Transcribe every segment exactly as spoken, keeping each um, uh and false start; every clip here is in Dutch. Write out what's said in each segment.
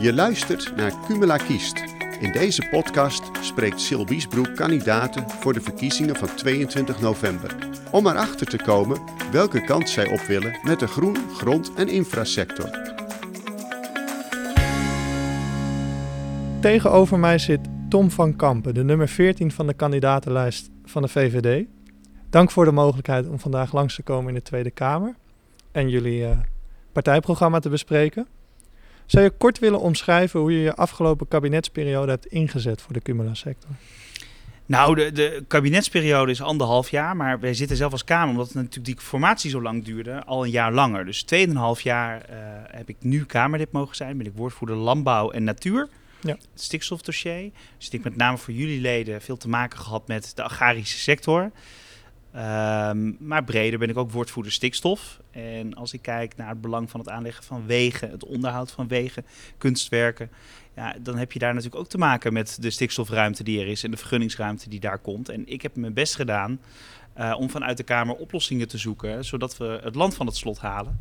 Je luistert naar Cumula Kiest. In deze podcast spreekt Sil Wiesbroek kandidaten voor de verkiezingen van tweeëntwintig november. Om erachter te komen welke kant zij op willen met de groen, grond- en infrasector. Tegenover mij zit Tom van Kampen, de nummer veertien van de kandidatenlijst van de V V D. Dank voor de mogelijkheid om vandaag langs te komen in de Tweede Kamer en jullie uh, partijprogramma te bespreken. Zou je kort willen omschrijven hoe je je afgelopen kabinetsperiode hebt ingezet voor de Cumula-sector? Nou, de, de kabinetsperiode is anderhalf jaar, maar wij zitten zelf als Kamer, omdat natuurlijk die formatie zo lang duurde, al een jaar langer. Dus tweeënhalf jaar uh, heb ik nu Kamerlid mogen zijn, ben ik woordvoerder Landbouw en Natuur. Ja. Het stikstofdossier. Dus ik heb met name voor jullie leden veel te maken gehad met de agrarische sector. Um, maar breder ben ik ook woordvoerder stikstof. En als ik kijk naar het belang van het aanleggen van wegen, het onderhoud van wegen, kunstwerken, ja, dan heb je daar natuurlijk ook te maken met de stikstofruimte die er is en de vergunningsruimte die daar komt. En ik heb mijn best gedaan uh, om vanuit de Kamer oplossingen te zoeken, zodat we het land van het slot halen.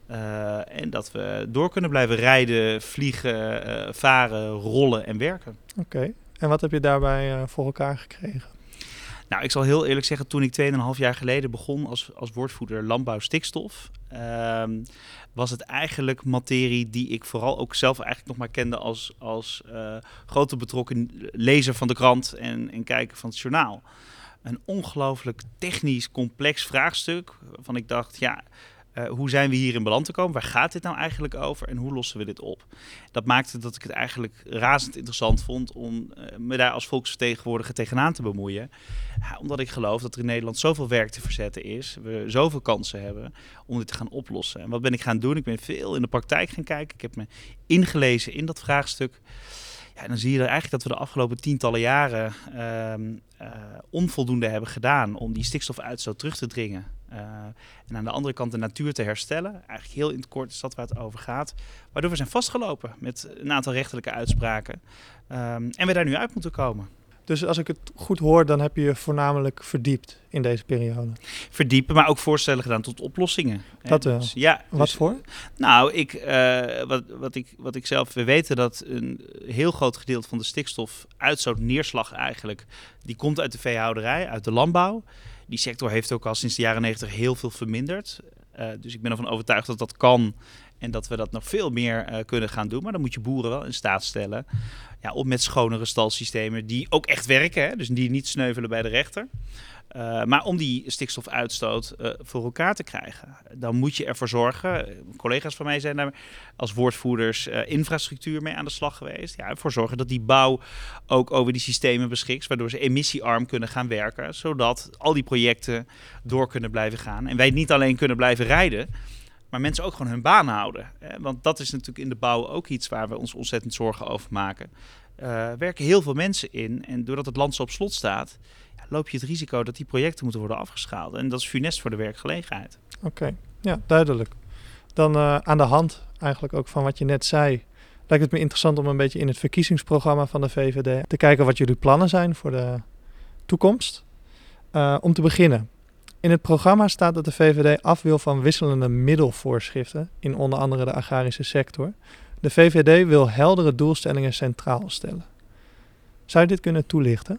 Uh, en dat we door kunnen blijven rijden, vliegen, uh, varen, rollen en werken. Oké, okay. En wat heb je daarbij uh, voor elkaar gekregen? Nou, ik zal heel eerlijk zeggen, toen ik tweeënhalf jaar geleden begon als, als woordvoerder landbouw stikstof, uh, was het eigenlijk materie die ik vooral ook zelf eigenlijk nog maar kende als, als uh, grote betrokken lezer van de krant en, en kijker van het journaal. Een ongelooflijk technisch complex vraagstuk waarvan ik dacht, ja, Uh, hoe zijn we hier in beland te komen? Waar gaat dit nou eigenlijk over en hoe lossen we dit op? Dat maakte dat ik het eigenlijk razend interessant vond om uh, me daar als volksvertegenwoordiger tegenaan te bemoeien. Ja, omdat ik geloof dat er in Nederland zoveel werk te verzetten is. We zoveel kansen hebben om dit te gaan oplossen. En wat ben ik gaan doen? Ik ben veel in de praktijk gaan kijken. Ik heb me ingelezen in dat vraagstuk. Ja, en dan zie je er eigenlijk dat we de afgelopen tientallen jaren uh, uh, onvoldoende hebben gedaan om die stikstofuitstoot terug te dringen. Uh, en aan de andere kant de natuur te herstellen. Eigenlijk heel in het kort is dat waar het over gaat. Waardoor we zijn vastgelopen met een aantal rechterlijke uitspraken. Um, en we daar nu uit moeten komen. Dus als ik het goed hoor, dan heb je je voornamelijk verdiept in deze periode. Verdiepen, maar ook voorstellen gedaan tot oplossingen. Dat wel. Dus, ja, wat dus, voor? Nou, ik, uh, wat, wat, ik, wat ik zelf... We weten dat een heel groot gedeelte van de stikstofuitstoot, neerslag eigenlijk, die komt uit de veehouderij, uit de landbouw. Die sector heeft ook al sinds de jaren negentig heel veel verminderd. Uh, dus ik ben ervan overtuigd dat dat kan en dat we dat nog veel meer uh, kunnen gaan doen. Maar dan moet je boeren wel in staat stellen ja, om met schonere stalsystemen die ook echt werken, hè, dus die niet sneuvelen bij de rechter. Uh, maar om die stikstofuitstoot uh, voor elkaar te krijgen, dan moet je ervoor zorgen. Collega's van mij zijn daar als woordvoerders uh, infrastructuur mee aan de slag geweest. Ja, ervoor zorgen dat die bouw ook over die systemen beschikt, waardoor ze emissiearm kunnen gaan werken, zodat al die projecten door kunnen blijven gaan. En wij niet alleen kunnen blijven rijden, maar mensen ook gewoon hun baan houden. Hè? Want dat is natuurlijk in de bouw ook iets waar we ons ontzettend zorgen over maken. Uh, werken heel veel mensen in en doordat het land zo op slot staat, loop je het risico dat die projecten moeten worden afgeschaald. En dat is funest voor de werkgelegenheid. Oké, okay. Ja, duidelijk. Dan uh, aan de hand eigenlijk ook van wat je net zei, lijkt het me interessant om een beetje in het verkiezingsprogramma van de V V D te kijken wat jullie plannen zijn voor de toekomst. Uh, om te beginnen. In het programma staat dat de V V D af wil van wisselende middelvoorschriften in onder andere de agrarische sector. De V V D wil heldere doelstellingen centraal stellen. Zou je dit kunnen toelichten?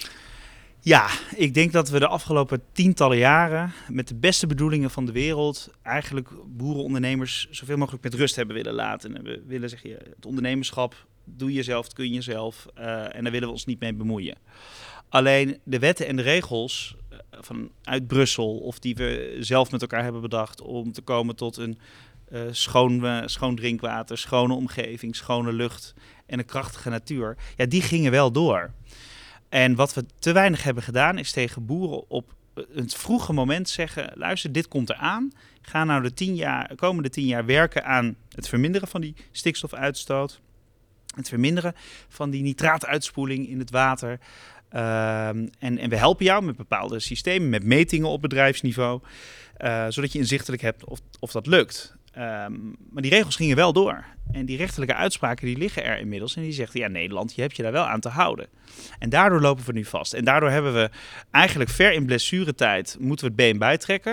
Ja, ik denk dat we de afgelopen tientallen jaren met de beste bedoelingen van de wereld eigenlijk boerenondernemers zoveel mogelijk met rust hebben willen laten. En we willen zeggen, het ondernemerschap, doe jezelf, het kun je zelf uh, en daar willen we ons niet mee bemoeien. Alleen de wetten en de regels uh, vanuit Brussel of die we zelf met elkaar hebben bedacht om te komen tot een uh, schoon, uh, schoon drinkwater, schone omgeving, schone lucht en een krachtige natuur, ja, die gingen wel door. En wat we te weinig hebben gedaan is tegen boeren op het vroege moment zeggen, luister, dit komt eraan. Ga nou de tien jaar, komende tien jaar werken aan het verminderen van die stikstofuitstoot. Het verminderen van die nitraatuitspoeling in het water. Uh, en, en we helpen jou met bepaalde systemen, met metingen op bedrijfsniveau. Uh, zodat je inzichtelijk hebt of, of dat lukt. Um, maar die regels gingen wel door. En die rechterlijke uitspraken die liggen er inmiddels. En die zeggen, ja, Nederland, je hebt je daar wel aan te houden. En daardoor lopen we nu vast. En daardoor hebben we eigenlijk ver in blessuretijd moeten we het been bijtrekken.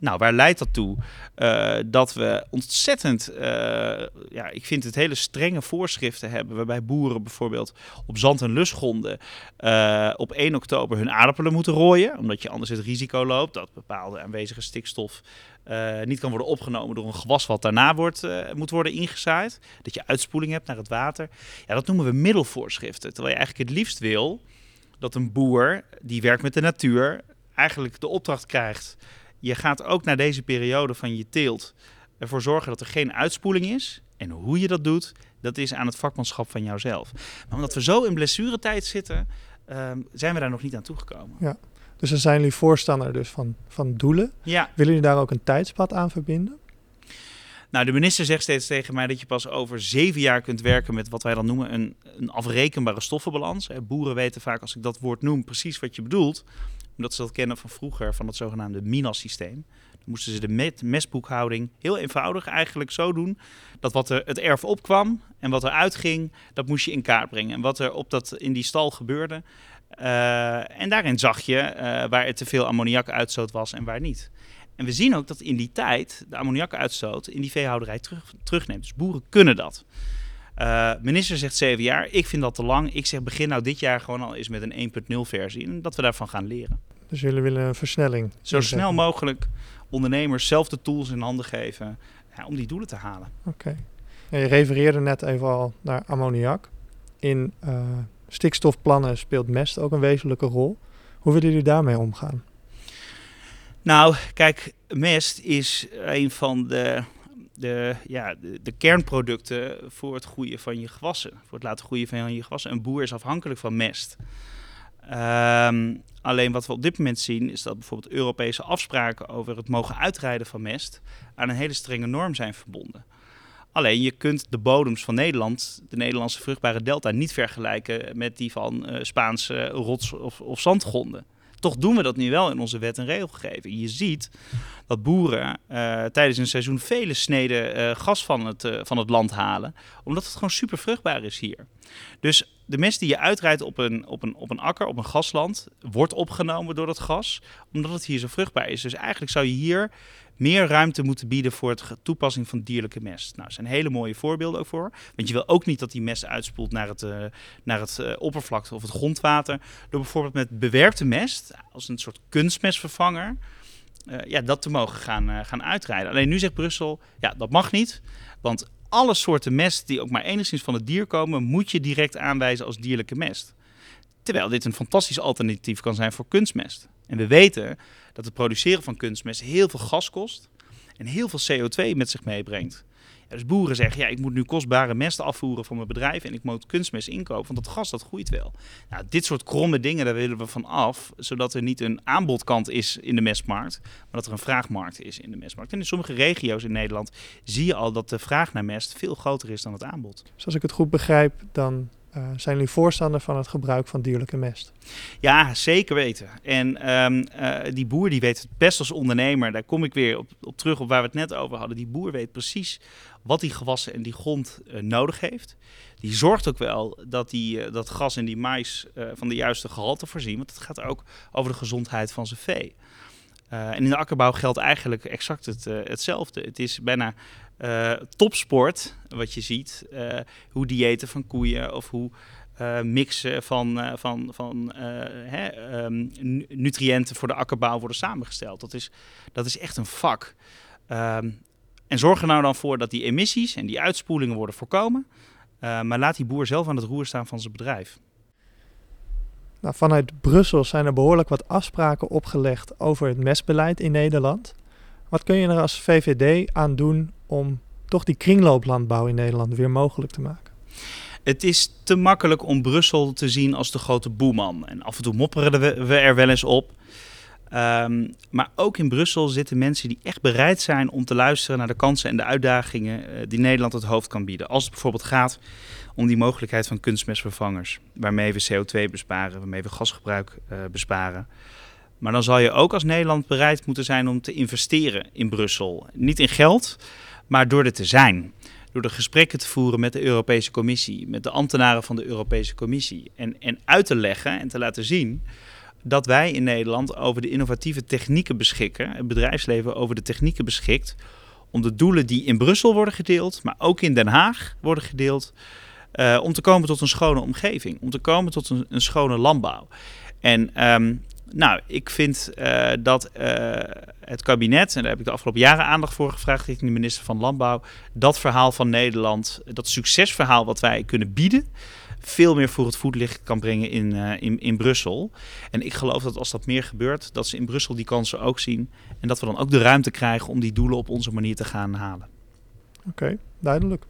Nou, waar leidt dat toe? Uh, dat we ontzettend, uh, ja, ik vind het hele strenge voorschriften hebben, waarbij boeren bijvoorbeeld op zand- en lusgronden uh, op één oktober hun aardappelen moeten rooien, omdat je anders het risico loopt dat bepaalde aanwezige stikstof uh, niet kan worden opgenomen door een gewas wat daarna wordt, uh, moet worden ingezaaid. Dat je uitspoeling hebt naar het water. Ja, dat noemen we middelvoorschriften. Terwijl je eigenlijk het liefst wil dat een boer die werkt met de natuur eigenlijk de opdracht krijgt. Je gaat ook naar deze periode van je teelt ervoor zorgen dat er geen uitspoeling is. En hoe je dat doet, dat is aan het vakmanschap van jouzelf. Maar omdat we zo in blessuretijd zitten, uh, zijn we daar nog niet aan toegekomen. Ja, dus dan zijn jullie voorstander dus van, van doelen. Ja. Willen jullie daar ook een tijdspad aan verbinden? Nou, de minister zegt steeds tegen mij dat je pas over zeven jaar kunt werken met wat wij dan noemen een, een afrekenbare stoffenbalans. Boeren weten vaak, als ik dat woord noem, precies wat je bedoelt. Omdat ze dat kennen van vroeger, van het zogenaamde MINAS-systeem. Dan moesten ze de met- mestboekhouding heel eenvoudig eigenlijk zo doen dat wat er het erf opkwam en wat er uitging, dat moest je in kaart brengen. En wat er op dat, in die stal gebeurde. Uh, en daarin zag je uh, waar er te veel ammoniakuitstoot was en waar niet. En we zien ook dat in die tijd de ammoniakuitstoot in die veehouderij terug, terugneemt. Dus boeren kunnen dat. Uh, minister zegt zeven jaar. Ik vind dat te lang. Ik zeg begin nou dit jaar gewoon al eens met een één punt nul versie. En dat we daarvan gaan leren. Dus jullie willen een versnelling? Zo snel mogelijk ondernemers zelf de tools in handen geven ja, om die doelen te halen. Oké. Okay. Ja, je refereerde net even al naar ammoniak. In uh, stikstofplannen speelt mest ook een wezenlijke rol. Hoe willen jullie daarmee omgaan? Nou, kijk, mest is een van de, de, ja, de, de kernproducten voor het groeien van je gewassen. Voor het laten groeien van je gewassen. Een boer is afhankelijk van mest. Um, alleen wat we op dit moment zien is dat bijvoorbeeld Europese afspraken over het mogen uitrijden van mest aan een hele strenge norm zijn verbonden. Alleen je kunt de bodems van Nederland, de Nederlandse vruchtbare delta, niet vergelijken met die van uh, Spaanse rots- of, of zandgronden. Toch doen we dat nu wel in onze wet en regelgeving. Je ziet dat boeren uh, tijdens een seizoen vele sneden uh, gas van het, uh, van het land halen, omdat het gewoon super vruchtbaar is hier. Dus de mest die je uitrijdt op een, op, een, op een akker, op een gasland, wordt opgenomen door dat gas, omdat het hier zo vruchtbaar is. Dus eigenlijk zou je hier meer ruimte moeten bieden voor het toepassing van dierlijke mest. Nou, er zijn hele mooie voorbeelden ook voor. Want je wil ook niet dat die mest uitspoelt naar het, uh, naar het uh, oppervlakte of het grondwater. Door bijvoorbeeld met bewerkte mest, als een soort kunstmestvervanger, uh, ja, dat te mogen gaan, uh, gaan uitrijden. Alleen nu zegt Brussel, ja, dat mag niet. Want alle soorten mest die ook maar enigszins van het dier komen, moet je direct aanwijzen als dierlijke mest. Terwijl dit een fantastisch alternatief kan zijn voor kunstmest. En we weten dat het produceren van kunstmest heel veel gas kost en heel veel C O twee met zich meebrengt. Ja, dus boeren zeggen, ja, ik moet nu kostbare mest afvoeren van mijn bedrijf en ik moet kunstmest inkopen, want dat gas dat groeit wel. Nou, dit soort kromme dingen, daar willen we van af, zodat er niet een aanbodkant is in de mestmarkt, maar dat er een vraagmarkt is in de mestmarkt. En in sommige regio's in Nederland zie je al dat de vraag naar mest veel groter is dan het aanbod. Dus als ik het goed begrijp, dan Uh, zijn jullie voorstander van het gebruik van dierlijke mest? Ja, zeker weten. En um, uh, die boer die weet het best als ondernemer, daar kom ik weer op, op terug op waar we het net over hadden. Die boer weet precies wat die gewassen en die grond uh, nodig heeft. Die zorgt ook wel dat die, uh, dat gas en die mais uh, van de juiste gehalte voorzien. Want het gaat ook over de gezondheid van zijn vee. Uh, en in de akkerbouw geldt eigenlijk exact het, uh, hetzelfde. Het is bijna uh, topsport wat je ziet. Uh, hoe diëten van koeien of hoe uh, mixen van, uh, van, van uh, hè, um, nutriënten voor de akkerbouw worden samengesteld. Dat is, dat is echt een vak. Um, en zorg er nou dan voor dat die emissies en die uitspoelingen worden voorkomen. Uh, maar laat die boer zelf aan het roer staan van zijn bedrijf. Nou, vanuit Brussel zijn er behoorlijk wat afspraken opgelegd over het mestbeleid in Nederland. Wat kun je er als V V D aan doen om toch die kringlooplandbouw in Nederland weer mogelijk te maken? Het is te makkelijk om Brussel te zien als de grote boeman. En af en toe mopperen we er wel eens op. Um, maar ook in Brussel zitten mensen die echt bereid zijn om te luisteren naar de kansen en de uitdagingen uh, die Nederland het hoofd kan bieden. Als het bijvoorbeeld gaat om die mogelijkheid van kunstmestvervangers, waarmee we C O twee besparen, waarmee we gasgebruik uh, besparen. Maar dan zal je ook als Nederland bereid moeten zijn om te investeren in Brussel. Niet in geld, maar door er te zijn. Door de gesprekken te voeren met de Europese Commissie, met de ambtenaren van de Europese Commissie. En, en uit te leggen en te laten zien dat wij in Nederland over de innovatieve technieken beschikken, het bedrijfsleven over de technieken beschikt, om de doelen die in Brussel worden gedeeld, maar ook in Den Haag worden gedeeld, uh, om te komen tot een schone omgeving, om te komen tot een, een schone landbouw. En um, nou, ik vind uh, dat uh, het kabinet, en daar heb ik de afgelopen jaren aandacht voor gevraagd richting de minister van Landbouw, dat verhaal van Nederland, dat succesverhaal wat wij kunnen bieden, veel meer voor het voetlicht kan brengen in, uh, in, in Brussel. En ik geloof dat als dat meer gebeurt, dat ze in Brussel die kansen ook zien. En dat we dan ook de ruimte krijgen om die doelen op onze manier te gaan halen. Oké, okay, duidelijk.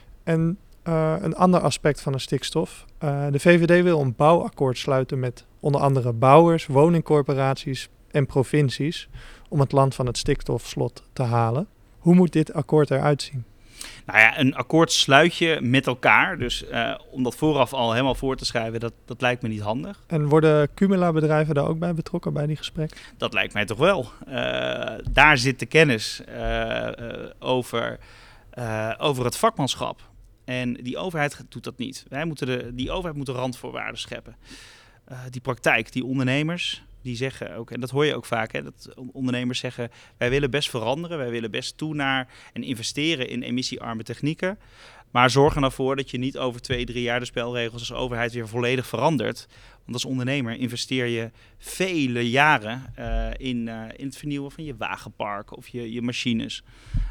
En uh, een ander aspect van de stikstof. Uh, de V V D wil een bouwakkoord sluiten met onder andere bouwers, woningcorporaties en provincies om het land van het stikstofslot te halen. Hoe moet dit akkoord eruit zien? Nou ja, een akkoord sluit je met elkaar. Dus uh, om dat vooraf al helemaal voor te schrijven, dat, dat lijkt me niet handig. En worden Cumula-bedrijven daar ook bij betrokken bij die gesprekken? Dat lijkt mij toch wel. Uh, daar zit de kennis uh, uh, over, uh, over het vakmanschap. En die overheid doet dat niet. Wij moeten de, die overheid moet de randvoorwaarden scheppen. Uh, die praktijk, die ondernemers, die zeggen ook, en dat hoor je ook vaak, hè, dat ondernemers zeggen, wij willen best veranderen, wij willen best toe naar en investeren in emissiearme technieken, maar zorgen ervoor dat je niet over twee, drie jaar de spelregels als overheid weer volledig verandert. Want als ondernemer investeer je vele jaren uh, in, uh, in het vernieuwen van je wagenpark of je, je machines.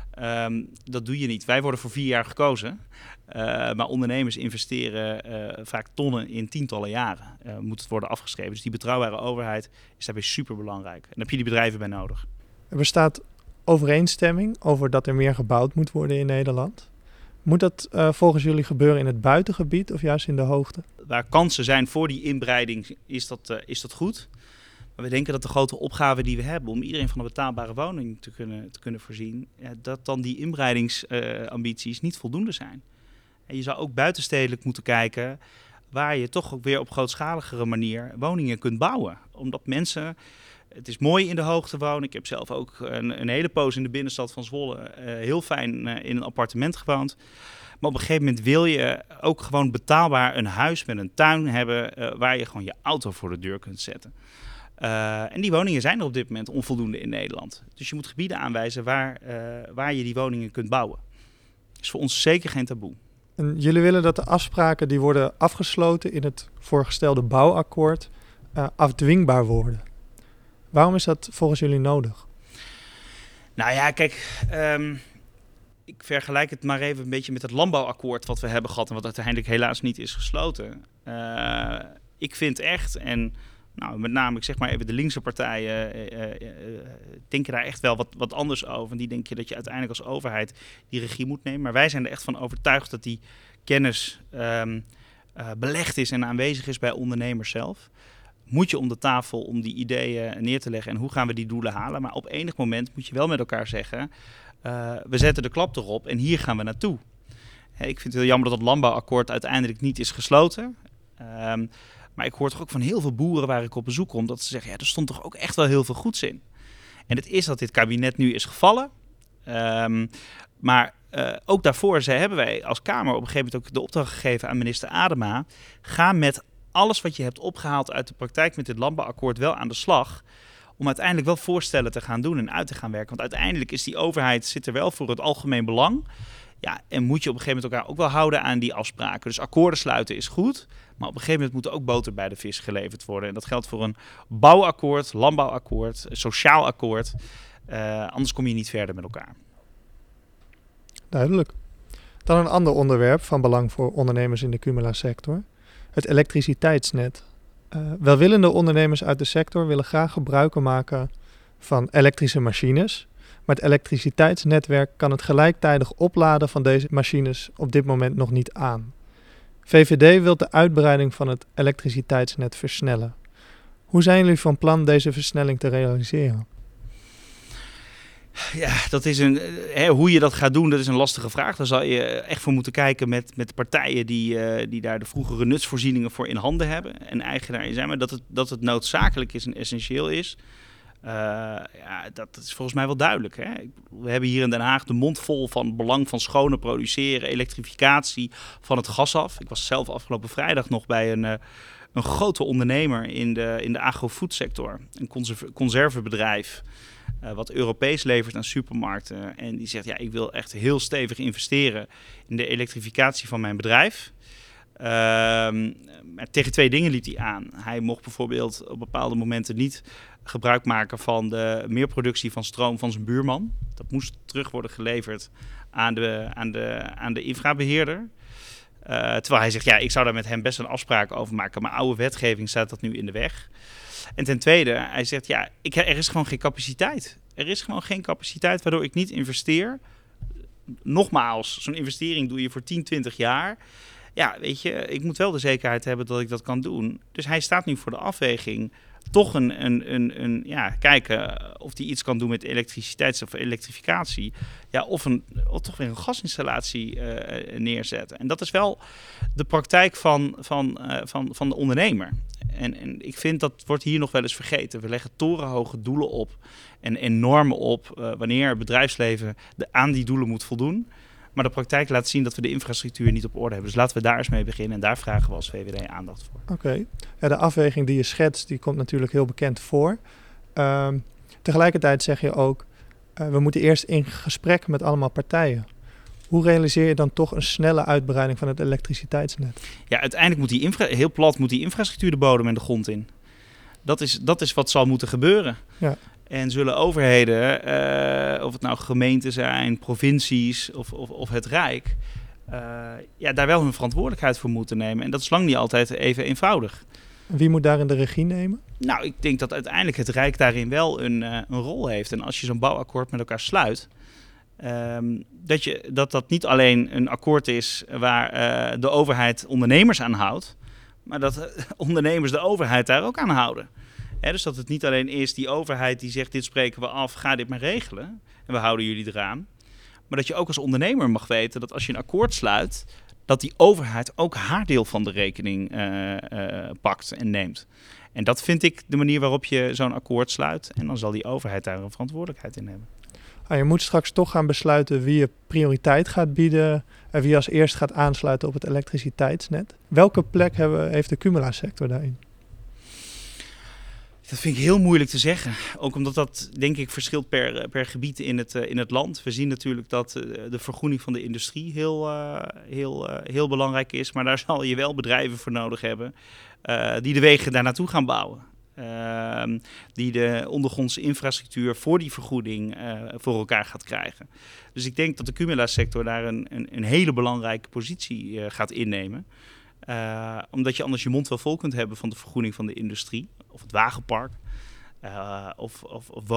Um, dat doe je niet. Wij worden voor vier jaar gekozen. Uh, maar ondernemers investeren uh, vaak tonnen in tientallen jaren. Uh, moet het worden afgeschreven. Dus die betrouwbare overheid is daarbij superbelangrijk. En daar heb je die bedrijven bij nodig. Er bestaat overeenstemming over dat er meer gebouwd moet worden in Nederland. Moet dat uh, volgens jullie gebeuren in het buitengebied of juist in de hoogte? Waar kansen zijn voor die inbreiding is dat, uh, is dat goed. Maar we denken dat de grote opgave die we hebben om iedereen van een betaalbare woning te kunnen, te kunnen voorzien, ja, dat dan die inbreidingsambities uh, niet voldoende zijn. En je zou ook buitenstedelijk moeten kijken waar je toch ook weer op grootschaligere manier woningen kunt bouwen. Omdat mensen, het is mooi in de hoogte wonen. Ik heb zelf ook een, een hele poos in de binnenstad van Zwolle uh, heel fijn uh, in een appartement gewoond. Maar op een gegeven moment wil je ook gewoon betaalbaar een huis met een tuin hebben uh, waar je gewoon je auto voor de deur kunt zetten. Uh, en die woningen zijn er op dit moment onvoldoende in Nederland. Dus je moet gebieden aanwijzen waar, uh, waar je die woningen kunt bouwen. Dat is voor ons zeker geen taboe. En jullie willen dat de afspraken die worden afgesloten in het voorgestelde bouwakkoord uh, afdwingbaar worden. Waarom is dat volgens jullie nodig? Nou ja, kijk, um, ik vergelijk het maar even een beetje met het landbouwakkoord wat we hebben gehad en wat uiteindelijk helaas niet is gesloten. Uh, ik vind echt, en nou, met name, ik zeg maar even de linkse partijen uh, uh, uh, denken daar echt wel wat, wat anders over. En die denken dat je uiteindelijk als overheid die regie moet nemen. Maar wij zijn er echt van overtuigd dat die kennis um, uh, belegd is en aanwezig is bij ondernemers zelf. Moet je om de tafel om die ideeën neer te leggen en hoe gaan we die doelen halen. Maar op enig moment moet je wel met elkaar zeggen, uh, we zetten de klap erop en hier gaan we naartoe. Hey, ik vind het heel jammer dat het landbouwakkoord uiteindelijk niet is gesloten. Um, Maar ik hoor toch ook van heel veel boeren waar ik op bezoek kom, dat ze zeggen, ja, er stond toch ook echt wel heel veel goeds in. En het is dat dit kabinet nu is gevallen. Um, maar uh, ook daarvoor zei, hebben wij als Kamer op een gegeven moment ook de opdracht gegeven aan minister Adema. Ga met alles wat je hebt opgehaald uit de praktijk met dit landbouwakkoord wel aan de slag. Om uiteindelijk wel voorstellen te gaan doen en uit te gaan werken. Want uiteindelijk is die overheid, zit er wel voor het algemeen belang. Ja, en moet je op een gegeven moment elkaar ook wel houden aan die afspraken. Dus akkoorden sluiten is goed, maar op een gegeven moment moet er ook boter bij de vis geleverd worden. En dat geldt voor een bouwakkoord, landbouwakkoord, een sociaal akkoord. Uh, anders kom je niet verder met elkaar. Duidelijk. Dan een ander onderwerp van belang voor ondernemers in de Cumula-sector. Het elektriciteitsnet. Uh, welwillende ondernemers uit de sector willen graag gebruik maken van elektrische machines. Maar het elektriciteitsnetwerk kan het gelijktijdig opladen van deze machines op dit moment nog niet aan. V V D wil de uitbreiding van het elektriciteitsnet versnellen. Hoe zijn jullie van plan deze versnelling te realiseren? Ja, dat is een, hè, hoe je dat gaat doen, dat is een lastige vraag. Daar zal je echt voor moeten kijken met, met de partijen die, uh, die daar de vroegere nutsvoorzieningen voor in handen hebben en eigenaar in zijn. Maar dat het, dat het noodzakelijk is en essentieel is, Uh, ja, dat is volgens mij wel duidelijk. Hè? We hebben hier in Den Haag de mond vol van het belang van schone produceren, elektrificatie van het gas af. Ik was zelf afgelopen vrijdag nog bij een, uh, een grote ondernemer in de, in de agro-foodsector. Een conserve, conservebedrijf uh, wat Europees levert aan supermarkten. En die zegt, ja, ik wil echt heel stevig investeren in de elektrificatie van mijn bedrijf. Uh, maar tegen twee dingen liep hij aan. Hij mocht bijvoorbeeld op bepaalde momenten niet gebruik maken van de meerproductie van stroom van zijn buurman. Dat moest terug worden geleverd aan de, aan de, aan de infrabeheerder. Uh, terwijl hij zegt, ja, ik zou daar met hem best een afspraak over maken. Maar oude wetgeving staat dat nu in de weg. En ten tweede, hij zegt, ja, ik, er is gewoon geen capaciteit. Er is gewoon geen capaciteit waardoor ik niet investeer. Nogmaals, zo'n investering doe je voor tien, twintig jaar. Ja, weet je, ik moet wel de zekerheid hebben dat ik dat kan doen. Dus hij staat nu voor de afweging. Toch een, een, een, een ja, kijken of hij iets kan doen met elektriciteit of elektrificatie. Ja, of, een, of toch weer een gasinstallatie uh, neerzetten. En dat is wel de praktijk van, van, uh, van, van de ondernemer. En, en ik vind dat wordt hier nog wel eens vergeten. We leggen torenhoge doelen op en, en normen op uh, wanneer het bedrijfsleven de, aan die doelen moet voldoen. Maar de praktijk laat zien dat we de infrastructuur niet op orde hebben. Dus laten we daar eens mee beginnen. En daar vragen we als V V D aandacht voor. Oké. Okay. Ja, de afweging die je schetst, die komt natuurlijk heel bekend voor. Uh, tegelijkertijd zeg je ook, uh, we moeten eerst in gesprek met allemaal partijen. Hoe realiseer je dan toch een snelle uitbreiding van het elektriciteitsnet? Ja, uiteindelijk moet die infra- heel plat moet die infrastructuur de bodem en de grond in. Dat is, dat is wat zal moeten gebeuren. Ja. En zullen overheden, uh, of het nou gemeenten zijn, provincies of, of, of het Rijk, uh, ja, daar wel hun verantwoordelijkheid voor moeten nemen. En dat is lang niet altijd even eenvoudig. Wie moet daarin de regie nemen? Nou, ik denk dat uiteindelijk het Rijk daarin wel een, uh, een rol heeft. En als je zo'n bouwakkoord met elkaar sluit, um, dat, je, dat dat niet alleen een akkoord is waar uh, de overheid ondernemers aan houdt, maar dat uh, ondernemers de overheid daar ook aan houden. He, dus dat het niet alleen is die overheid die zegt, dit spreken we af, ga dit maar regelen. En we houden jullie eraan. Maar dat je ook als ondernemer mag weten dat als je een akkoord sluit, dat die overheid ook haar deel van de rekening uh, uh, pakt en neemt. En dat vind ik de manier waarop je zo'n akkoord sluit. En dan zal die overheid daar een verantwoordelijkheid in hebben. Ah, je moet straks toch gaan besluiten wie je prioriteit gaat bieden en wie als eerst gaat aansluiten op het elektriciteitsnet. Welke plek hebben, heeft de Cumula-sector daarin? Dat vind ik heel moeilijk te zeggen. Ook omdat dat, denk ik, verschilt per, per gebied in het, uh, in het land. We zien natuurlijk dat uh, de vergroening van de industrie heel, uh, heel, uh, heel belangrijk is. Maar daar zal je wel bedrijven voor nodig hebben uh, die de wegen daar naartoe gaan bouwen. Uh, die de ondergrondse infrastructuur voor die vergoeding uh, voor elkaar gaat krijgen. Dus ik denk dat de Cumula-sector daar een, een, een hele belangrijke positie uh, gaat innemen. Uh, omdat je anders je mond wel vol kunt hebben van de vergroening van de industrie. Of het wagenpark. Uh, of, of, of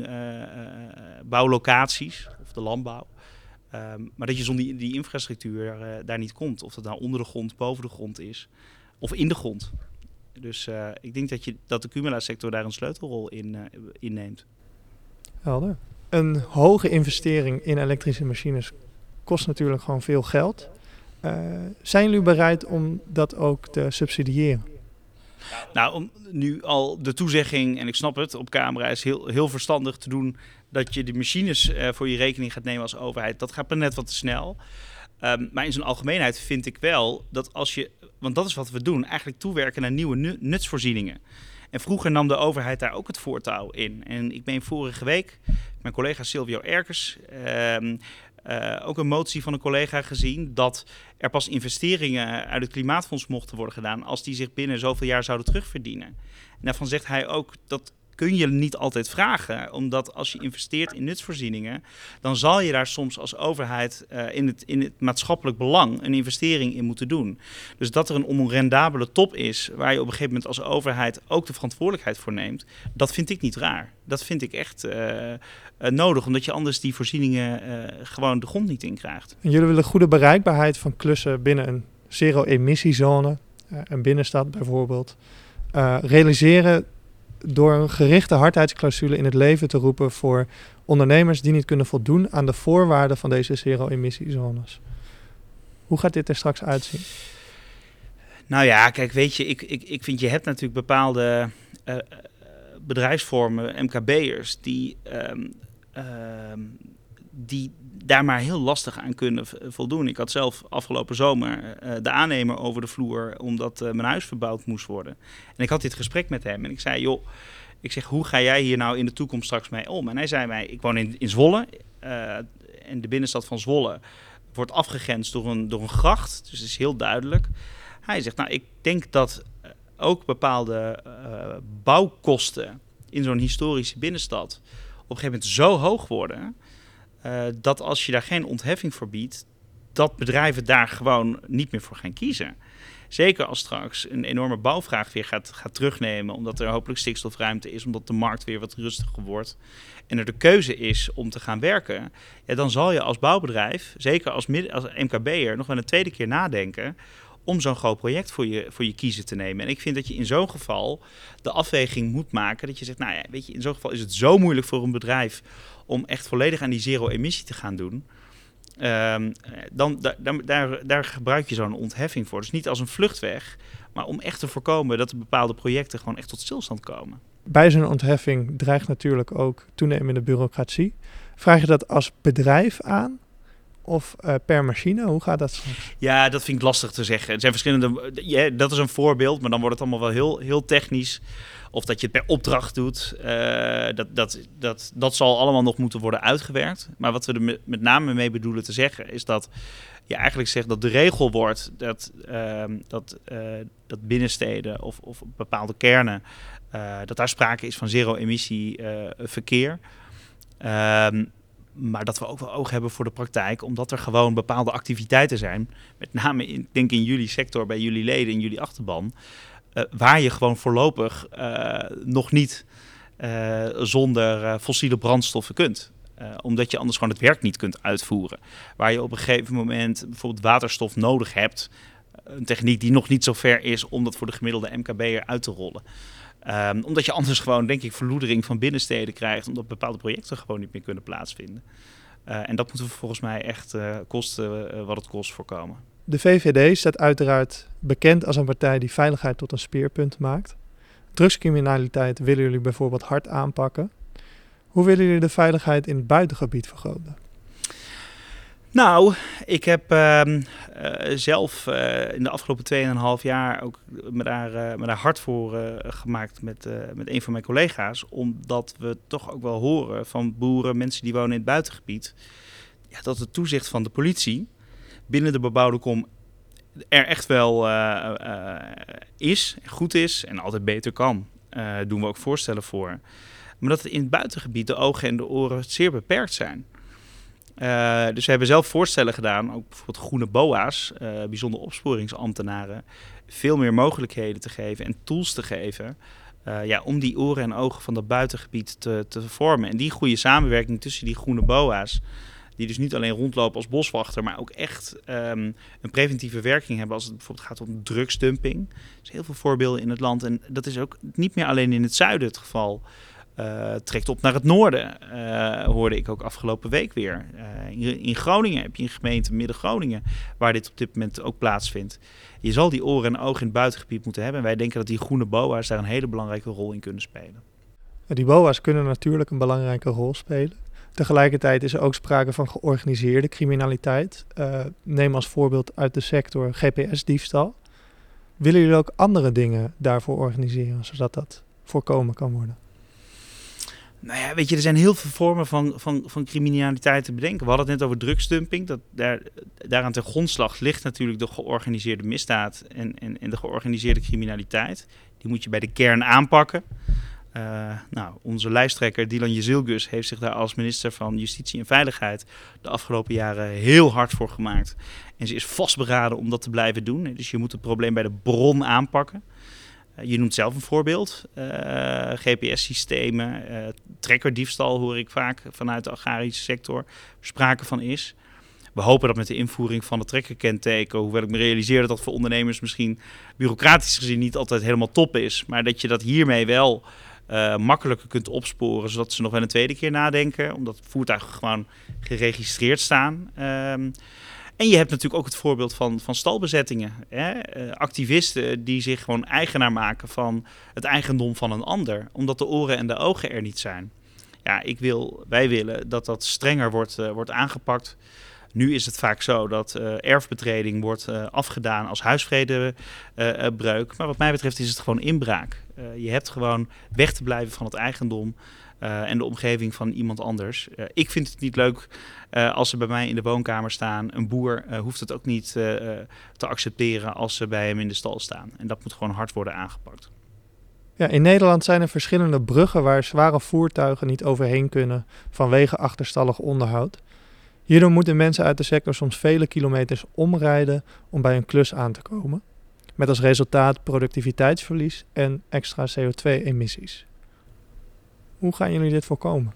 woningbouwlocaties. Uh, of de landbouw. Uh, maar dat je zonder die, die infrastructuur uh, daar niet komt. Of dat nou onder de grond, boven de grond is. Of in de grond. Dus uh, ik denk dat, je, dat de Cumula-sector daar een sleutelrol in uh, inneemt. Helder. Een hoge investering in elektrische machines kost natuurlijk gewoon veel geld. Uh, zijn jullie bereid om dat ook te subsidiëren? Nou, om nu al de toezegging, en ik snap het, op camera is heel, heel verstandig te doen dat je de machines uh, voor je rekening gaat nemen als overheid. Dat gaat maar net wat te snel. Um, maar in zijn algemeenheid vind ik wel dat als je, want dat is wat we doen, eigenlijk toewerken naar nieuwe nu- nutsvoorzieningen. En vroeger nam de overheid daar ook het voortouw in. En ik ben vorige week, mijn collega Silvio Erkers, um, Uh, ook een motie van een collega gezien dat er pas investeringen uit het Klimaatfonds mochten worden gedaan als die zich binnen zoveel jaar zouden terugverdienen. En daarvan zegt hij ook, dat kun je niet altijd vragen, omdat als je investeert in nutsvoorzieningen, dan zal je daar soms als overheid uh, in, het, in het maatschappelijk belang een investering in moeten doen. Dus dat er een onrendabele top is, waar je op een gegeven moment als overheid ook de verantwoordelijkheid voor neemt, dat vind ik niet raar. Dat vind ik echt uh, uh, nodig, omdat je anders die voorzieningen uh, gewoon de grond niet in krijgt. En jullie willen goede bereikbaarheid van klussen binnen een zero-emissiezone, uh, een binnenstad bijvoorbeeld, uh, realiseren door een gerichte hardheidsclausule in het leven te roepen voor ondernemers die niet kunnen voldoen aan de voorwaarden van deze zero-emissiezones. Hoe gaat dit er straks uitzien? Nou ja, kijk, weet je, ik, ik, ik vind je hebt natuurlijk bepaalde, uh, bedrijfsvormen, M K B'ers, die, um, um, die daar maar heel lastig aan kunnen voldoen. Ik had zelf afgelopen zomer uh, de aannemer over de vloer, omdat uh, mijn huis verbouwd moest worden. En ik had dit gesprek met hem en ik zei, joh, ik zeg, hoe ga jij hier nou in de toekomst straks mee om? En hij zei mij, ik woon in, in Zwolle uh, en de binnenstad van Zwolle wordt afgegrensd door een, door een gracht, dus het is heel duidelijk. Hij zegt, nou, ik denk dat uh, ook bepaalde uh, bouwkosten in zo'n historische binnenstad op een gegeven moment zo hoog worden, uh, dat als je daar geen ontheffing voor biedt, dat bedrijven daar gewoon niet meer voor gaan kiezen. Zeker als straks een enorme bouwvraag weer gaat, gaat terugnemen, omdat er hopelijk stikstofruimte is, omdat de markt weer wat rustiger wordt en er de keuze is om te gaan werken, ja, dan zal je als bouwbedrijf, zeker als, midden, als M K B'er, nog wel een tweede keer nadenken om zo'n groot project voor je, voor je kiezen te nemen. En ik vind dat je in zo'n geval de afweging moet maken, dat je zegt, nou ja, weet je, in zo'n geval is het zo moeilijk voor een bedrijf om echt volledig aan die zero-emissie te gaan doen. Um, dan, da, daar, daar, daar gebruik je zo'n ontheffing voor. Dus niet als een vluchtweg, maar om echt te voorkomen dat er bepaalde projecten gewoon echt tot stilstand komen. Bij zo'n ontheffing dreigt natuurlijk ook toenemende bureaucratie. Vraag je dat als bedrijf aan of uh, per machine? Hoe gaat dat soms? Ja, dat vind ik lastig te zeggen. Er zijn verschillende. Ja, dat is een voorbeeld, maar dan wordt het allemaal wel heel, heel technisch. Of dat je het per opdracht doet. Uh, dat, dat, dat, dat zal allemaal nog moeten worden uitgewerkt. Maar wat we er met name mee bedoelen te zeggen, is dat je eigenlijk zegt dat de regel wordt dat, uh, dat, uh, dat binnensteden of, of bepaalde kernen, uh, dat daar sprake is van zero-emissie uh, verkeer. Um, Maar dat we ook wel oog hebben voor de praktijk, omdat er gewoon bepaalde activiteiten zijn, met name in, denk in jullie sector, bij jullie leden, in jullie achterban, uh, waar je gewoon voorlopig uh, nog niet uh, zonder uh, fossiele brandstoffen kunt. Uh, omdat je anders gewoon het werk niet kunt uitvoeren. Waar je op een gegeven moment bijvoorbeeld waterstof nodig hebt, een techniek die nog niet zo ver is om dat voor de gemiddelde M K B'er uit te rollen. Um, omdat je anders gewoon, denk ik, verloedering van binnensteden krijgt, omdat bepaalde projecten gewoon niet meer kunnen plaatsvinden. Uh, en dat moeten we volgens mij echt uh, kosten uh, wat het kost voorkomen. De V V D staat uiteraard bekend als een partij die veiligheid tot een speerpunt maakt. Drugscriminaliteit willen jullie bijvoorbeeld hard aanpakken. Hoe willen jullie de veiligheid in het buitengebied vergroten? Nou, ik heb uh, uh, zelf uh, in de afgelopen tweeënhalf jaar ook me daar, uh, me daar hard voor uh, gemaakt met, uh, met een van mijn collega's. Omdat we toch ook wel horen van boeren, mensen die wonen in het buitengebied, ja, dat het toezicht van de politie binnen de bebouwde kom er echt wel uh, uh, is, goed is en altijd beter kan. Daar uh, doen we ook voorstellen voor. Maar dat in het buitengebied de ogen en de oren zeer beperkt zijn. Uh, dus we hebben zelf voorstellen gedaan, ook bijvoorbeeld groene B O A's, uh, bijzonder opsporingsambtenaren, veel meer mogelijkheden te geven en tools te geven uh, ja, om die oren en ogen van dat buitengebied te, te vormen. En die goede samenwerking tussen die groene B O A's, die dus niet alleen rondlopen als boswachter, maar ook echt um, een preventieve werking hebben als het bijvoorbeeld gaat om drugsdumping. Er zijn heel veel voorbeelden in het land en dat is ook niet meer alleen in het zuiden het geval. Uh, trekt op naar het noorden, uh, hoorde ik ook afgelopen week weer. Uh, in, in Groningen heb je een gemeente, Midden-Groningen, waar dit op dit moment ook plaatsvindt. Je zal die oren en ogen in het buitengebied moeten hebben. En wij denken dat die groene B O A's daar een hele belangrijke rol in kunnen spelen. Die B O A's kunnen natuurlijk een belangrijke rol spelen. Tegelijkertijd is er ook sprake van georganiseerde criminaliteit. Uh, neem als voorbeeld uit de sector G P S-diefstal. Willen jullie ook andere dingen daarvoor organiseren, zodat dat voorkomen kan worden? Nou ja, weet je, er zijn heel veel vormen van, van, van criminaliteit te bedenken. We hadden het net over drugsdumping. Dat, daar, daaraan ten grondslag ligt natuurlijk de georganiseerde misdaad en, en, en de georganiseerde criminaliteit. Die moet je bij de kern aanpakken. Uh, nou, onze lijsttrekker Dylan Jezilgus heeft zich daar als minister van Justitie en Veiligheid de afgelopen jaren heel hard voor gemaakt. En ze is vastberaden om dat te blijven doen. Dus je moet het probleem bij de bron aanpakken. Uh, je noemt zelf een voorbeeld. Uh, G P S-systemen, uh, trekkerdiefstal hoor ik vaak vanuit de agrarische sector sprake van is. We hopen dat met de invoering van het trekkerkenteken, hoewel ik me realiseer dat dat voor ondernemers misschien bureaucratisch gezien niet altijd helemaal top is, maar dat je dat hiermee wel uh, makkelijker kunt opsporen, zodat ze nog wel een tweede keer nadenken, omdat voertuigen gewoon geregistreerd staan. Um, En je hebt natuurlijk ook het voorbeeld van, van stalbezettingen. Hè? Uh, activisten die zich gewoon eigenaar maken van het eigendom van een ander. Omdat de oren en de ogen er niet zijn. Ja, ik wil, wij willen dat dat strenger wordt, uh, wordt aangepakt. Nu is het vaak zo dat uh, erfbetreding wordt uh, afgedaan als huisvredebreuk. Uh, maar wat mij betreft is het gewoon inbraak. Uh, je hebt gewoon weg te blijven van het eigendom uh, en de omgeving van iemand anders. Uh, ik vind het niet leuk uh, als ze bij mij in de woonkamer staan. Een boer uh, hoeft het ook niet uh, te accepteren als ze bij hem in de stal staan. En dat moet gewoon hard worden aangepakt. Ja, in Nederland zijn er verschillende bruggen waar zware voertuigen niet overheen kunnen vanwege achterstallig onderhoud. Hierdoor moeten mensen uit de sector soms vele kilometers omrijden om bij een klus aan te komen. Met als resultaat productiviteitsverlies en extra C O twee emissies. Hoe gaan jullie dit voorkomen?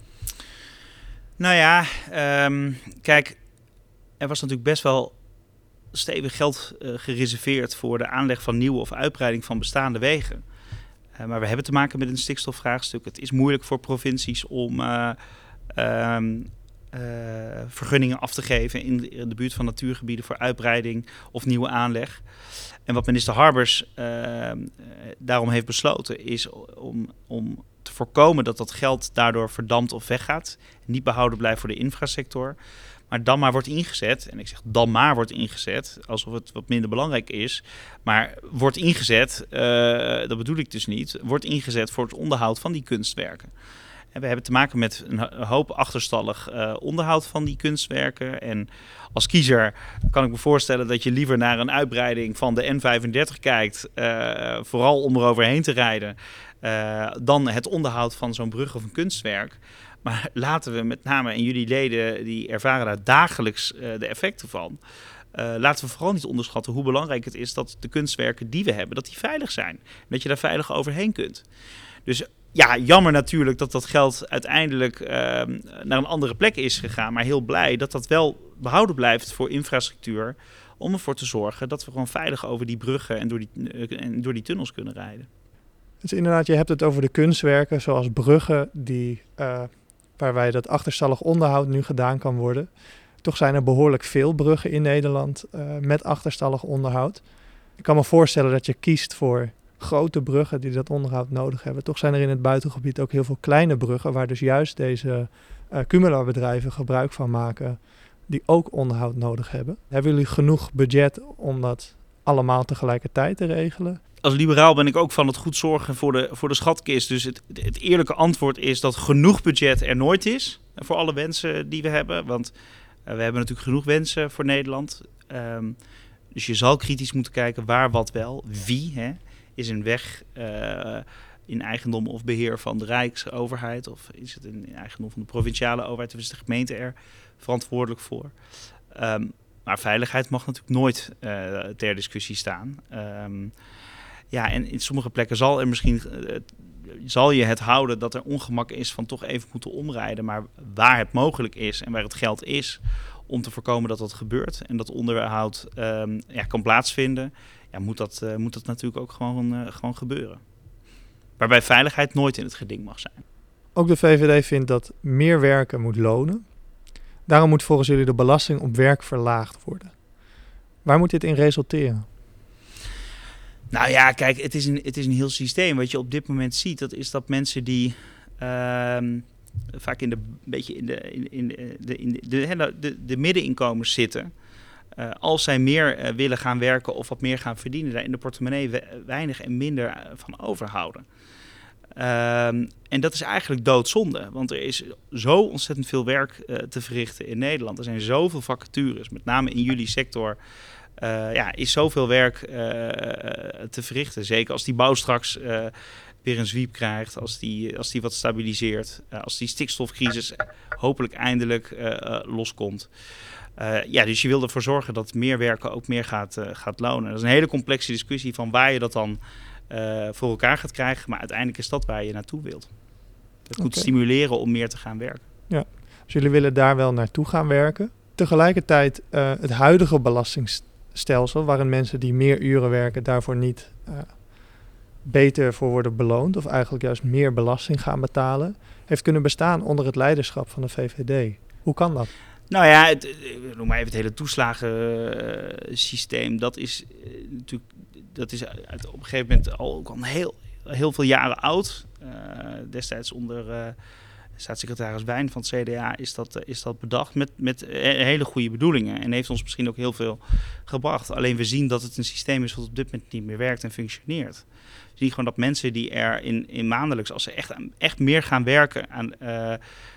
Nou ja, um, kijk, er was natuurlijk best wel stevig geld uh, gereserveerd voor de aanleg van nieuwe of uitbreiding van bestaande wegen. Uh, maar we hebben te maken met een stikstofvraagstuk. Het is moeilijk voor provincies om uh, um, uh, vergunningen af te geven in, in de buurt van natuurgebieden voor uitbreiding of nieuwe aanleg. En wat minister Harbers uh, daarom heeft besloten is om, om te voorkomen dat dat geld daardoor verdampt of weggaat. Niet behouden blijft voor de infrasector. Maar dan maar wordt ingezet, en ik zeg dan maar wordt ingezet, alsof het wat minder belangrijk is, maar wordt ingezet, uh, dat bedoel ik dus niet, wordt ingezet voor het onderhoud van die kunstwerken. En we hebben te maken met een hoop achterstallig uh, onderhoud van die kunstwerken. En als kiezer kan ik me voorstellen dat je liever naar een uitbreiding van de N vijfendertig kijkt, uh, vooral om eroverheen te rijden, uh, dan het onderhoud van zo'n brug of een kunstwerk. Maar laten we met name, en jullie leden die ervaren daar dagelijks uh, de effecten van, Uh, laten we vooral niet onderschatten hoe belangrijk het is dat de kunstwerken die we hebben, dat die veilig zijn. En dat je daar veilig overheen kunt. Dus ja, jammer natuurlijk dat dat geld uiteindelijk uh, naar een andere plek is gegaan. Maar heel blij dat dat wel behouden blijft voor infrastructuur. Om ervoor te zorgen dat we gewoon veilig over die bruggen en door die, uh, en door die tunnels kunnen rijden. Dus inderdaad, je hebt het over de kunstwerken zoals bruggen die, uh, waarbij dat achterstallig onderhoud nu gedaan kan worden. Toch zijn er behoorlijk veel bruggen in Nederland uh, met achterstallig onderhoud. Ik kan me voorstellen dat je kiest voor grote bruggen die dat onderhoud nodig hebben. Toch zijn er in het buitengebied ook heel veel kleine bruggen waar dus juist deze uh, Cumula-bedrijven gebruik van maken die ook onderhoud nodig hebben. Hebben jullie genoeg budget om dat allemaal tegelijkertijd te regelen? Als liberaal ben ik ook van het goed zorgen voor de, voor de schatkist. Dus het, het eerlijke antwoord is dat genoeg budget er nooit is voor alle wensen die we hebben. Want Uh, we hebben natuurlijk genoeg wensen voor Nederland. Um, dus je zal kritisch moeten kijken waar, wat wel. Wie hè, is een weg uh, in eigendom of beheer van de Rijksoverheid? Of is het in eigendom van de provinciale overheid? Of is de gemeente er verantwoordelijk voor? Um, maar veiligheid mag natuurlijk nooit uh, ter discussie staan. Um, ja, en in sommige plekken zal er misschien... Uh, zal je het houden dat er ongemak is van toch even moeten omrijden. Maar waar het mogelijk is en waar het geld is om te voorkomen dat dat gebeurt en dat onderhoud um, ja, kan plaatsvinden, ja, moet, dat, uh, moet dat natuurlijk ook gewoon, uh, gewoon gebeuren. Waarbij veiligheid nooit in het geding mag zijn. Ook de V V D vindt dat meer werken moet lonen. Daarom moet volgens jullie de belasting op werk verlaagd worden. Waar moet dit in resulteren? Nou ja, kijk, het is, een, het is een heel systeem. Wat je op dit moment ziet, dat is dat mensen die uh, vaak in de beetje in de, in, in de, de, in de, de, de, de middeninkomens zitten. Uh, als zij meer uh, willen gaan werken of wat meer gaan verdienen, daar in de portemonnee we, weinig en minder van overhouden. Uh, en dat is eigenlijk doodzonde, want er is zo ontzettend veel werk uh, te verrichten in Nederland. Er zijn zoveel vacatures, met name in jullie sector. Uh, ja, is zoveel werk uh, te verrichten. Zeker als die bouw straks uh, weer een zwiep krijgt, als die, als die wat stabiliseert, uh, als die stikstofcrisis hopelijk eindelijk uh, uh, loskomt. Uh, ja, dus je wil ervoor zorgen dat meer werken ook meer gaat, uh, gaat lonen. Dat is een hele complexe discussie van waar je dat dan uh, voor elkaar gaat krijgen, maar uiteindelijk is dat waar je naartoe wilt. Het moet okay. stimuleren om meer te gaan werken. Ja, dus jullie willen daar wel naartoe gaan werken. Tegelijkertijd uh, het huidige belastingstelsel, waarin mensen die meer uren werken daarvoor niet uh, beter voor worden beloond, of eigenlijk juist meer belasting gaan betalen, heeft kunnen bestaan onder het leiderschap van de V V D. Hoe kan dat? Nou ja, het, noem maar even het hele toeslagensysteem. Dat is uh, natuurlijk, dat is uit, op een gegeven moment al, ook al heel, heel veel jaren oud. Uh, destijds onder uh, staatssecretaris Wijn van het C D A is dat, uh, is dat bedacht met, met uh, hele goede bedoelingen. En heeft ons misschien ook heel veel gebracht. Alleen we zien dat het een systeem is wat op dit moment niet meer werkt en functioneert. We zien gewoon dat mensen die er in, in maandelijks, als ze echt, echt meer gaan werken aan uh,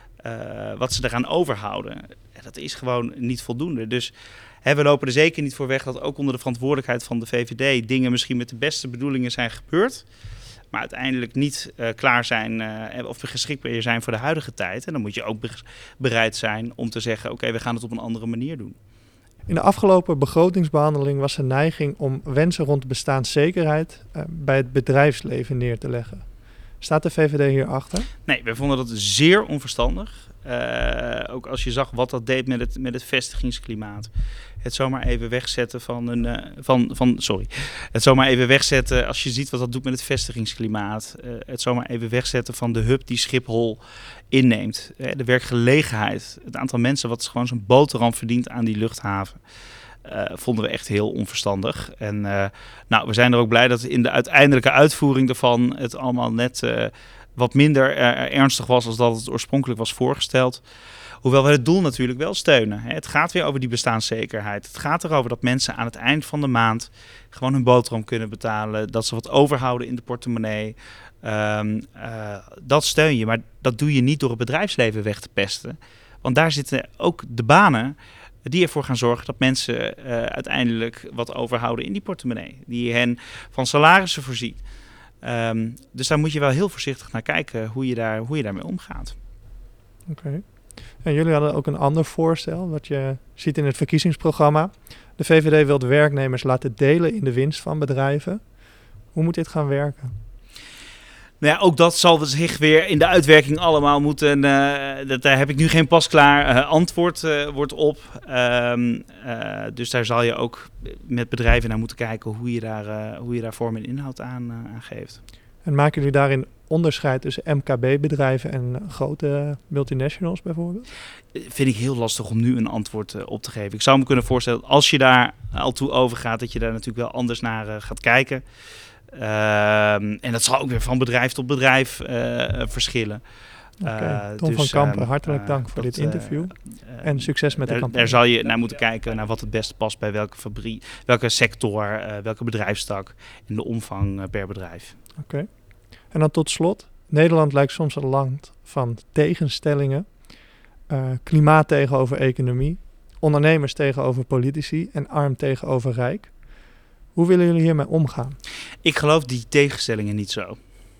uh, wat ze eraan overhouden, dat is gewoon niet voldoende. Dus hè, we lopen er zeker niet voor weg dat ook onder de verantwoordelijkheid van de V V D dingen misschien met de beste bedoelingen zijn gebeurd, maar uiteindelijk niet uh, klaar zijn uh, of geschikt zijn voor de huidige tijd. En dan moet je ook be- bereid zijn om te zeggen, oké, okay, we gaan het op een andere manier doen. In de afgelopen begrotingsbehandeling was de neiging om wensen rond bestaanszekerheid uh, bij het bedrijfsleven neer te leggen. Staat de V V D hierachter? Nee, wij vonden dat zeer onverstandig. Uh, ook als je zag wat dat deed met het, met het vestigingsklimaat. Het zomaar even wegzetten van een... Uh, van, van, sorry. Het zomaar even wegzetten als je ziet wat dat doet met het vestigingsklimaat. Uh, het zomaar even wegzetten van de hub die Schiphol inneemt. Uh, de werkgelegenheid. Het aantal mensen wat gewoon zo'n boterham verdient aan die luchthaven. Uh, vonden we echt heel onverstandig. En uh, nou, we zijn er ook blij dat in de uiteindelijke uitvoering daarvan het allemaal net uh, wat minder uh, ernstig was als dat het oorspronkelijk was voorgesteld. Hoewel we het doel natuurlijk wel steunen. Hè. Het gaat weer over die bestaanszekerheid. Het gaat erover dat mensen aan het eind van de maand gewoon hun boterham kunnen betalen. Dat ze wat overhouden in de portemonnee. Um, uh, dat steun je. Maar dat doe je niet door het bedrijfsleven weg te pesten. Want daar zitten ook de banen die ervoor gaan zorgen dat mensen uh, uiteindelijk wat overhouden in die portemonnee. Die hen van salarissen voorzien. Um, dus daar moet je wel heel voorzichtig naar kijken hoe je, daar, hoe je daarmee omgaat. Oké. Okay. En jullie hadden ook een ander voorstel, wat je ziet in het verkiezingsprogramma. De V V D wil de werknemers laten delen in de winst van bedrijven. Hoe moet dit gaan werken? Nou ja, ook dat zal zich weer in de uitwerking allemaal moeten. Uh, dat, daar heb ik nu geen pasklaar uh, antwoord uh, wordt op. Um, uh, dus daar zal je ook met bedrijven naar moeten kijken hoe je daar, uh, hoe je daar vorm en inhoud aan, uh, aan geeft. En maken jullie daarin onderscheid tussen M K B-bedrijven en grote multinationals bijvoorbeeld? Vind ik heel lastig om nu een antwoord uh, op te geven. Ik zou me kunnen voorstellen, als je daar al toe overgaat, dat je daar natuurlijk wel anders naar uh, gaat kijken. Uh, en dat zal ook weer van bedrijf tot bedrijf uh, verschillen. Okay. Uh, Tom dus, van Kampen, uh, hartelijk dank uh, voor dat, dit interview. Uh, en succes met daar, de campagne. Daar zal je naar moeten kijken naar wat het beste past bij welke fabriek, welke sector, uh, welke bedrijfstak en de omvang uh, per bedrijf. Oké. Okay. En dan tot slot. Nederland lijkt soms een land van tegenstellingen. Uh, klimaat tegenover economie. Ondernemers tegenover politici. En arm tegenover rijk. Hoe willen jullie hiermee omgaan? Ik geloof die tegenstellingen niet zo.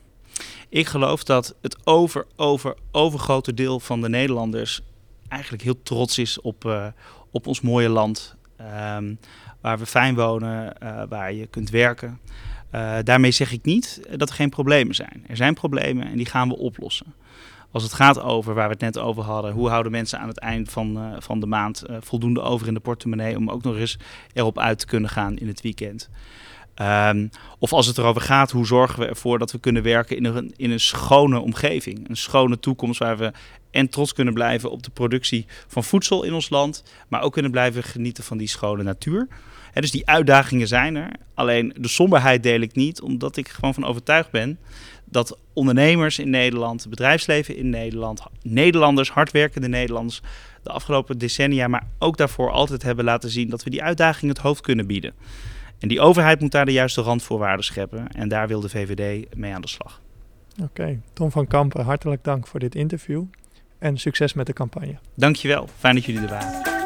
Ik geloof dat het over, over, overgrote deel van de Nederlanders eigenlijk heel trots is op, uh, op ons mooie land. Um, waar we fijn wonen, uh, waar je kunt werken. Uh, daarmee zeg ik niet dat er geen problemen zijn. Er zijn problemen en die gaan we oplossen. Als het gaat over, waar we het net over hadden, hoe houden mensen aan het eind van, uh, van de maand uh, voldoende over in de portemonnee om ook nog eens erop uit te kunnen gaan in het weekend. Um, of als het erover gaat, hoe zorgen we ervoor dat we kunnen werken in een, in een schone omgeving. Een schone toekomst waar we en trots kunnen blijven op de productie van voedsel in ons land, maar ook kunnen blijven genieten van die schone natuur. He, dus die uitdagingen zijn er. Alleen de somberheid deel ik niet, omdat ik gewoon van overtuigd ben dat ondernemers in Nederland, het bedrijfsleven in Nederland, Nederlanders, hardwerkende Nederlanders, de afgelopen decennia, maar ook daarvoor altijd hebben laten zien dat we die uitdaging het hoofd kunnen bieden. En die overheid moet daar de juiste randvoorwaarden scheppen en daar wil de V V D mee aan de slag. Oké, okay. Tom van Kampen, hartelijk dank voor dit interview en succes met de campagne. Dankjewel, fijn dat jullie er waren.